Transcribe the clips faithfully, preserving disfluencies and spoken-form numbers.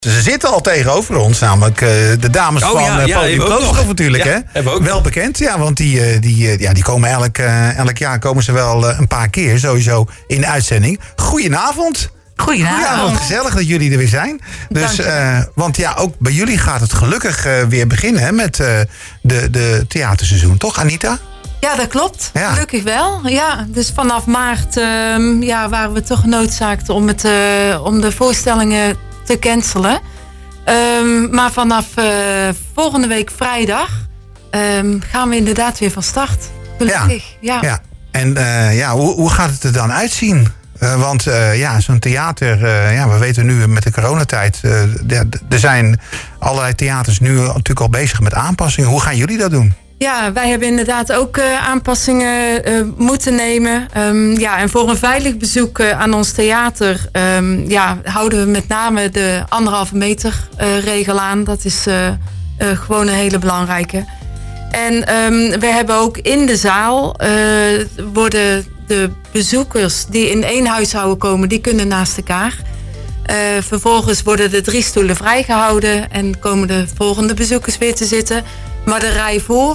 Ze zitten al tegenover ons, namelijk uh, de dames oh, van ja, uh, ja, Podium Kloosterhof natuurlijk. Ja, hè? hebben we ook wel nog. bekend, ja, want die, uh, die, uh, ja, die komen elk, uh, elk jaar komen ze wel uh, een paar keer sowieso in de uitzending. Goedenavond. Goedenavond. Goedenavond, gezellig dat jullie er weer zijn. Dus, uh, want ja, ook bij jullie gaat het gelukkig uh, weer beginnen hè, met uh, de, de theaterseizoen, toch Anita? Ja, dat klopt. Ja. Gelukkig wel. Ja, dus vanaf maart uh, ja, waren we toch genoodzaakt om, het, uh, om de voorstellingen te cancelen. Um, maar vanaf uh, volgende week vrijdag um, gaan we inderdaad weer van start. Gelukkig. Ja. Ja. Ja. En uh, ja, hoe, hoe gaat het er dan uitzien? Uh, want uh, ja, zo'n theater, uh, ja, we weten nu met de coronatijd, uh, de, de, er zijn allerlei theaters nu natuurlijk al bezig met aanpassingen. Hoe gaan jullie dat doen? Ja, wij hebben inderdaad ook uh, aanpassingen uh, moeten nemen. Um, ja, en voor een veilig bezoek uh, aan ons theater um, ja, houden we met name de anderhalve meter uh, regel aan. Dat is uh, uh, gewoon een hele belangrijke. En um, we hebben ook in de zaal uh, worden de bezoekers die in één huishouden komen, die kunnen naast elkaar. Uh, vervolgens worden de drie stoelen vrijgehouden en komen de volgende bezoekers weer te zitten. Maar de rij voor,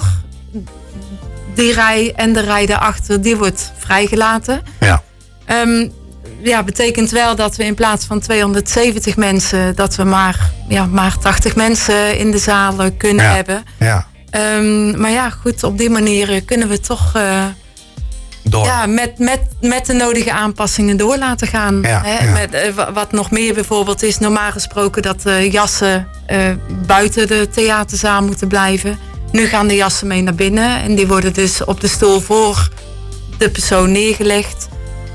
die rij en de rij daarachter, die wordt vrijgelaten. Ja. Um, ja, betekent wel dat we in plaats van tweehonderdzeventig mensen, dat we maar, ja, maar tachtig mensen in de zaal kunnen ja. hebben. Ja. Um, maar ja, goed, op die manier kunnen we toch uh, door. Ja, met, met, met de nodige aanpassingen door laten gaan. Ja, Hè? ja. Met, uh, wat nog meer bijvoorbeeld is, normaal gesproken dat uh, jassen uh, buiten de theaterzaal moeten blijven. Nu gaan de jassen mee naar binnen en die worden dus op de stoel voor de persoon neergelegd.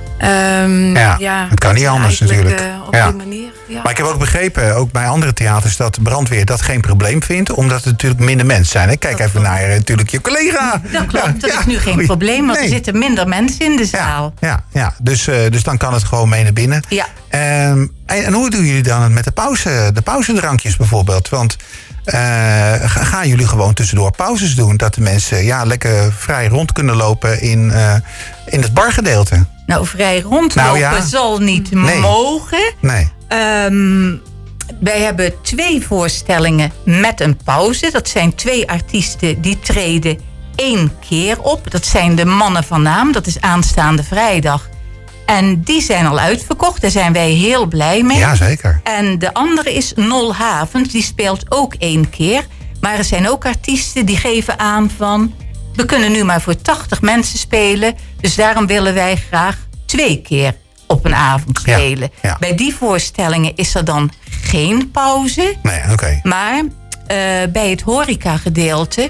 Um, Ja, ja, het kan niet anders natuurlijk. Uh, op Ja. die manier. Ja. Maar ik heb ook begrepen, ook bij andere theaters, dat de brandweer dat geen probleem vindt, omdat het natuurlijk minder mensen zijn. Hè? Kijk Dat even klopt. naar uh, natuurlijk je collega. Dat klopt, Ja, dat ja, is nu geen goeie. probleem, want Nee. er zitten minder mensen in de Ja, zaal. ja, ja. Dus, uh, dus dan kan het gewoon mee naar binnen. Ja. Um, en, en hoe doen jullie dan het met de pauze, de pauzedrankjes bijvoorbeeld? Want uh, ga- gaan jullie gewoon tussendoor pauzes doen, dat de mensen ja, lekker vrij rond kunnen lopen in, uh, in het bargedeelte? Nou, vrij rondlopen Nou ja. zal niet Nee. mogen. Nee. Ehm, wij hebben twee voorstellingen met een pauze. Dat zijn twee artiesten die treden één keer op. Dat zijn de Mannen van Naam. Dat is aanstaande vrijdag. En die zijn al uitverkocht. Daar zijn wij heel blij mee. Ja, zeker. En de andere is Nol Havens. Die speelt ook één keer. Maar er zijn ook artiesten die geven aan van, we kunnen nu maar voor tachtig mensen spelen. Dus daarom willen wij graag twee keer op een avond Ja, spelen. ja. Bij die voorstellingen is er dan geen pauze. Nee, oké. Okay. Maar uh, bij het horecagedeelte,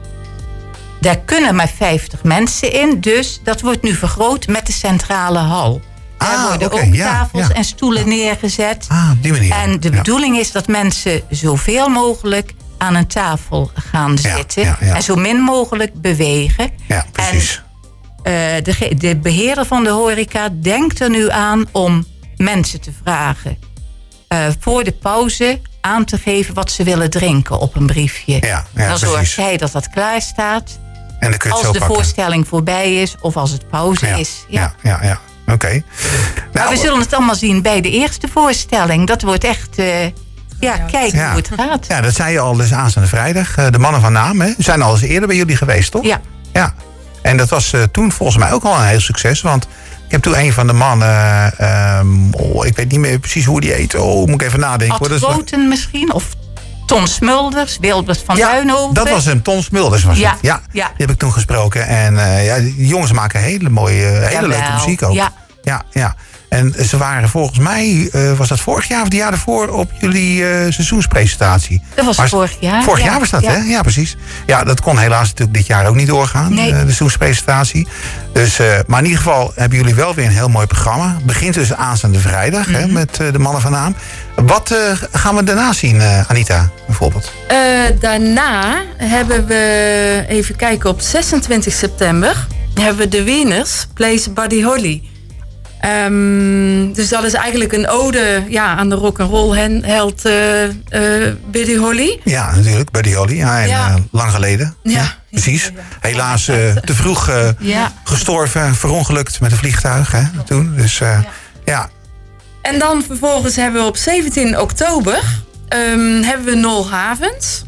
daar kunnen maar vijftig mensen in. Dus dat wordt nu vergroot met de centrale hal. Daar Ah, worden oké, ook ja, tafels ja. en stoelen neergezet. Ah, op die manier. En de Ja. bedoeling is dat mensen zoveel mogelijk aan een tafel gaan Ja, zitten. ja, ja. En zo min mogelijk bewegen. Ja, precies. En uh, de, de beheerder van de horeca denkt er nu aan om mensen te vragen uh, voor de pauze aan te geven wat ze willen drinken op een briefje. Ja, ja, dan zorgt precies. hij dat dat klaar staat. En dan kun je het Als zo de pakken. voorstelling voorbij is of als het pauze Ja, is. Ja. ja, ja. ja. Oké. Okay. Maar Nou, we zullen het allemaal zien bij de eerste voorstelling. Dat wordt echt, uh, ja, kijken Ja. hoe het gaat. ja, dat zei je al dus aanstaande vrijdag. Uh, de Mannen van Naam, hè, zijn al eens eerder bij jullie geweest, toch? Ja. Ja. En dat was uh, toen volgens mij ook al een heel succes. Want ik heb toen een van de mannen, uh, um, oh, ik weet niet meer precies hoe die heet. Oh, moet ik even nadenken. Ad hoor. Dat is- Groten misschien, of Ton Smulders, Wilbert van ja, Duinhoven. dat was hem. Ton Smulders was Ja, het. Ja, ja. die heb ik toen gesproken. En uh, ja, die jongens maken hele mooie, hele Jawel, leuke muziek ook. ja. Ja, ja. En ze waren volgens mij, uh, was dat vorig jaar of het jaar ervoor, op jullie uh, seizoenspresentatie. Dat was Maar- vorig jaar. Vorig ja, jaar was dat, ja. hè? Ja, precies. Ja, dat kon helaas natuurlijk dit jaar ook niet doorgaan, Nee. uh, de seizoenspresentatie. Dus, uh, maar in ieder geval hebben jullie wel weer een heel mooi programma. Begint dus aanstaande vrijdag, Mhm. hè, met uh, de Mannen van Naam. Wat uh, gaan we daarna zien, uh, Anita, bijvoorbeeld? Uh, daarna hebben we, even kijken, op zesentwintig september hebben we de Wieners Plays Buddy Holly. Um, dus dat is eigenlijk een ode ja, aan de rock'n'roll hen- held uh, uh, Buddy Holly. Ja, natuurlijk, Buddy Holly. Ja, en, Ja. uh, lang geleden. Ja. Precies. Ja, ja. Helaas uh, te vroeg uh, Ja. gestorven, verongelukt met een vliegtuig, hè, toen. Dus uh, ja. En dan vervolgens hebben we op zeventien oktober um, hebben we Nol Havens.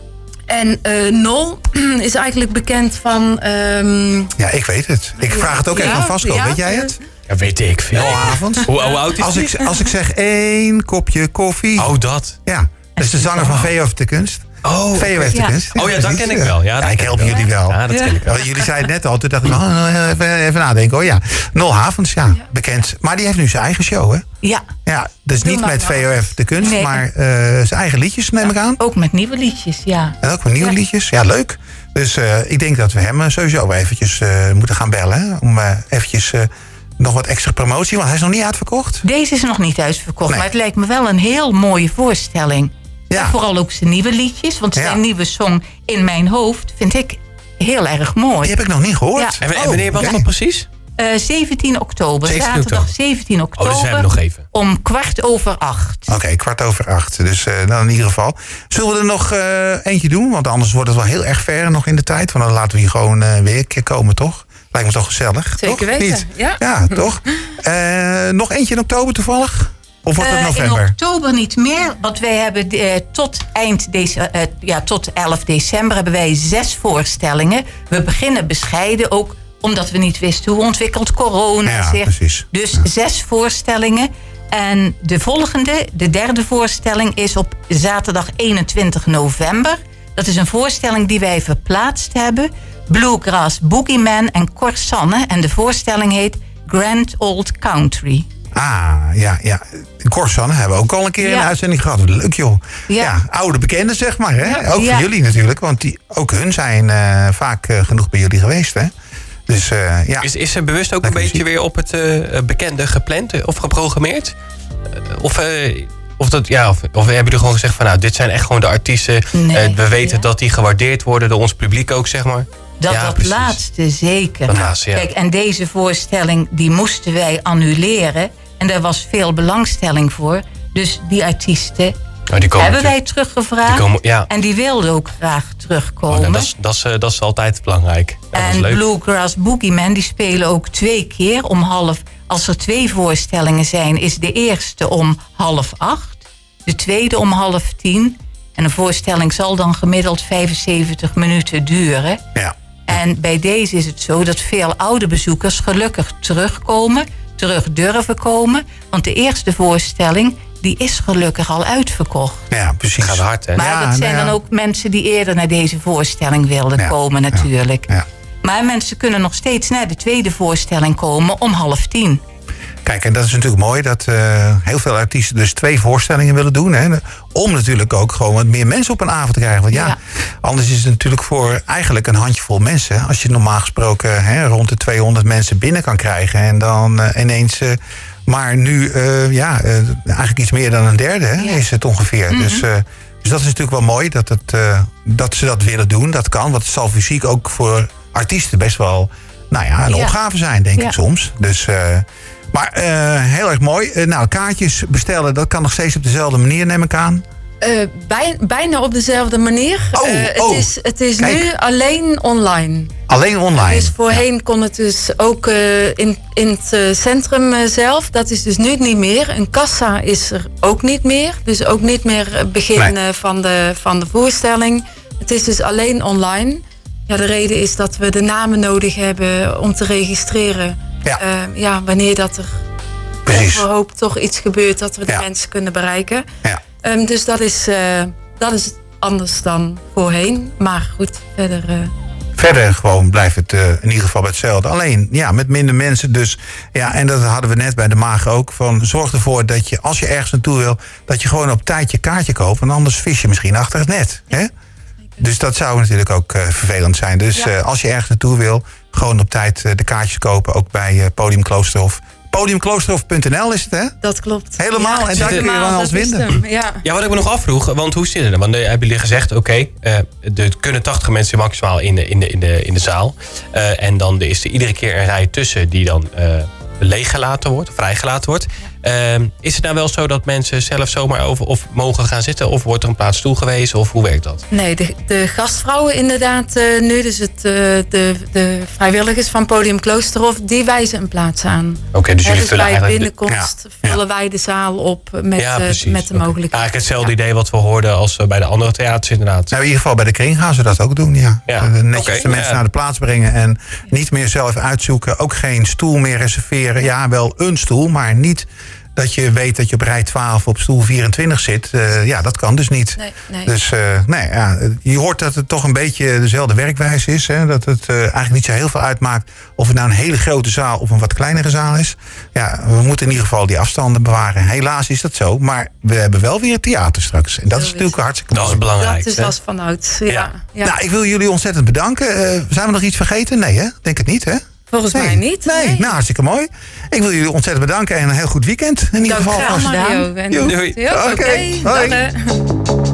En uh, Nol is eigenlijk bekend van... Um... Ja, ik weet het. Ik vraag het ook ja, even aan Vasco. ja, weet jij het? Ja, weet ik veel. Nol Havens. Hoe, hoe oud is als die? ik, als ik zeg één kopje koffie. Oh, dat. Ja, dat is de zanger van V O F de Kunst. Oh, V O F de ja. Kunst. Oh ja, dat ken ik wel. Ja, Ja, dat ik ken help wel. jullie wel. Ja, dat ken ik wel. Ja, jullie zeiden het net al, toen dacht ik, oh, even, even nadenken hoor. Ja, Nol Havens, ja, bekend. Maar die heeft nu zijn eigen show, hè? Ja, Ja, dus niet Heel met V O F de Kunst, Nee. maar uh, zijn eigen liedjes, neem ik aan. ook met nieuwe liedjes, ja. En ook met nieuwe Ja. liedjes. Ja, leuk. Dus uh, ik denk dat we hem uh, sowieso wel eventjes uh, moeten gaan bellen. Hè? Om uh, eventjes uh, nog wat extra promotie, want hij is nog niet uitverkocht. Deze is nog niet uitverkocht, Nee. maar het lijkt me wel een heel mooie voorstelling. Ja. En vooral ook zijn nieuwe liedjes, want zijn Ja. nieuwe song In Mijn Hoofd vind ik heel erg mooi. Die heb ik nog niet gehoord. Ja. En, en Oh, wanneer was oké. dat precies? Uh, zeventien oktober, zeventien zaterdag oktober. zeventien oktober. Oh, dus we hebben nog even. Om kwart over acht. Oké, okay, kwart over acht. Dus uh, dan in ieder geval. Zullen we er nog uh, eentje doen? Want anders wordt het wel heel erg ver nog in de tijd. Want dan laten we hier gewoon uh, weer een keer komen, toch? Lijkt me toch gezellig? Zeker toch? weten, Niet? ja. Ja, toch? Uh, nog eentje in oktober toevallig? Of wordt het Uh, november? in oktober niet meer, want wij hebben uh, tot eind deze, uh, ja, tot elf december hebben wij zes voorstellingen. We beginnen bescheiden, ook omdat we niet wisten hoe ontwikkelt corona Ja, zich. precies. Dus zes voorstellingen. En de volgende, de derde voorstelling, is op zaterdag eenentwintig november. Dat is een voorstelling die wij verplaatst hebben. Bluegrass Boogeyman en Corsanne. En de voorstelling heet Grand Old Country. Ah, ja, ja. Corsanne hebben we ook al een keer Ja. een uitzending gehad. Leuk joh. Ja, Ja. oude bekenden zeg maar. Hè? Ja. Ook Ja. voor jullie natuurlijk. Want die, ook hun zijn uh, vaak uh, genoeg bij jullie geweest. Hè? Dus uh, ja. Is, is er bewust ook Lekker een beetje muziek. weer op het uh, bekende gepland uh, of geprogrammeerd? Uh, of, uh, of, dat, ja, of, of hebben jullie gewoon gezegd van nou, dit zijn echt gewoon de artiesten. Nee, uh, we weten ja. dat die gewaardeerd worden door ons publiek ook, zeg maar. Dat, Ja, dat precies. laatste zeker. Dat laatste, ja. Kijk, en deze voorstelling die moesten wij annuleren. En daar was veel belangstelling voor. Dus die artiesten Nou, die komen hebben wij natuurlijk- teruggevraagd. die komen, ja. En die wilden ook graag Oh, terugkomen. nou, dat, is, dat, is, uh, dat is altijd belangrijk. Ja, dat is en leuk. Bluegrass Boogeyman die spelen ook twee keer om half... Als er twee voorstellingen zijn, is de eerste om half acht. De tweede om half tien. En een voorstelling zal dan gemiddeld vijfenzeventig minuten duren. Ja. En bij deze is het zo dat veel oude bezoekers gelukkig terugkomen, terug durven komen. Want de eerste voorstelling, die is gelukkig al uitverkocht. Ja, precies. Gaat hard, hè? Maar Ja, dat zijn nou ja. dan ook mensen die eerder naar deze voorstelling wilden Ja, komen natuurlijk. Ja. Maar mensen kunnen nog steeds naar de tweede voorstelling komen om half tien. Kijk, en dat is natuurlijk mooi dat uh, heel veel artiesten dus twee voorstellingen willen doen. Hè, om natuurlijk ook gewoon wat meer mensen op een avond te krijgen. Want ja, Ja. anders is het natuurlijk voor eigenlijk een handjevol mensen. Als je normaal gesproken hè, rond de tweehonderd mensen binnen kan krijgen. En dan uh, ineens... Uh, maar nu, uh, ja, uh, eigenlijk iets meer dan een derde hè, Ja. is het ongeveer. Mm-hmm. Dus... Uh, Dus dat is natuurlijk wel mooi dat, het, uh, dat ze dat willen doen. Dat kan, want het zal fysiek ook voor artiesten best wel nou ja, een Ja. opgave zijn, denk Ja. ik soms. Dus, uh, maar uh, heel erg mooi. Uh, nou, kaartjes bestellen, dat kan nog steeds op dezelfde manier, neem ik aan. Uh, bij, bijna op dezelfde manier. Oh, Uh, oh. Het is, het is Kijk. nu alleen online. Alleen online. Dus voorheen kon het dus ook uh, in, in het uh, centrum uh, zelf. Dat is dus nu niet meer. Een kassa is er ook niet meer. Dus ook niet meer uh, begin Nee. uh, van, de, van de voorstelling. Het is dus alleen online. Ja, de reden is dat we de namen nodig hebben om te registreren. Ja. Uh, ja, wanneer dat er Precies. we hopen toch iets gebeurt dat we de Ja. mensen kunnen bereiken. Ja. Um, dus dat is, uh, dat is anders dan voorheen. Maar goed, verder... Uh... Verder gewoon blijft het uh, in ieder geval bij hetzelfde. Alleen, ja, met minder mensen dus. Ja, en dat hadden we net bij de Maag ook. Van, zorg ervoor dat je, als je ergens naartoe wil... dat je gewoon op tijd je kaartje koopt. Want anders vis je misschien achter het net. Hè? Dus dat zou natuurlijk ook uh, vervelend zijn. Dus Ja. uh, als je ergens naartoe wil... gewoon op tijd uh, de kaartjes kopen. Ook bij uh, Podium Kloosterhof. podium kloosterhof punt n l is het, hè? Dat klopt. Helemaal, en daar kun je helemaal, dan alles dat is vinden. hem, Ja. Ja, wat ik me nog afvroeg, want hoe zit het? Want uh, hebben jullie gezegd, oké, okay, uh, er kunnen tachtig mensen maximaal in de, in de, in de, in de zaal. Uh, en dan is er iedere keer een rij tussen die dan uh, leeggelaten wordt, vrijgelaten wordt. Uh, is het nou wel zo dat mensen zelf zomaar over of mogen gaan zitten? Of wordt er een plaats toegewezen? Of hoe werkt dat? Nee, de, de gastvrouwen inderdaad uh, nu. Dus het, uh, de, de vrijwilligers van Podium Kloosterhof, die wijzen een plaats aan. Oké, okay, dus He, jullie dus vullen bij eigenlijk... binnenkomst Ja. vullen ja. wij de zaal op met, ja, uh, met de okay. mogelijkheden. Eigenlijk hetzelfde ja. idee wat we hoorden als uh, bij de andere theaters inderdaad. Nou, in ieder geval bij de kring gaan ze dat ook doen, ja. ja. Uh, netjes okay, de mensen ja. naar de plaats brengen en niet meer zelf uitzoeken. Ook geen stoel meer reserveren. Ja, wel een stoel, maar niet dat je weet dat je op rij twaalf op stoel vierentwintig zit. Uh, ja, dat kan dus niet. Nee, nee. Dus uh, nee, ja, je hoort dat het toch een beetje dezelfde werkwijze is. Hè? Dat het uh, eigenlijk niet zo heel veel uitmaakt of het nou een hele grote zaal of een wat kleinere zaal is. Ja, we moeten in ieder geval die afstanden bewaren. Helaas is dat zo, maar we hebben wel weer het theater straks. En dat is natuurlijk hartstikke mooi. Dat is belangrijk. Dat is als vanuit, ja. ja. ja. Nou, ik wil jullie ontzettend bedanken. Uh, zijn we nog iets vergeten? Nee, hè? Denk het niet, hè? Volgens nee. mij niet. Nee. nee, nou hartstikke mooi. Ik wil jullie ontzettend bedanken en een heel goed weekend. In ieder geval. Dank je wel, Mario. Doei. Oké, okay. okay.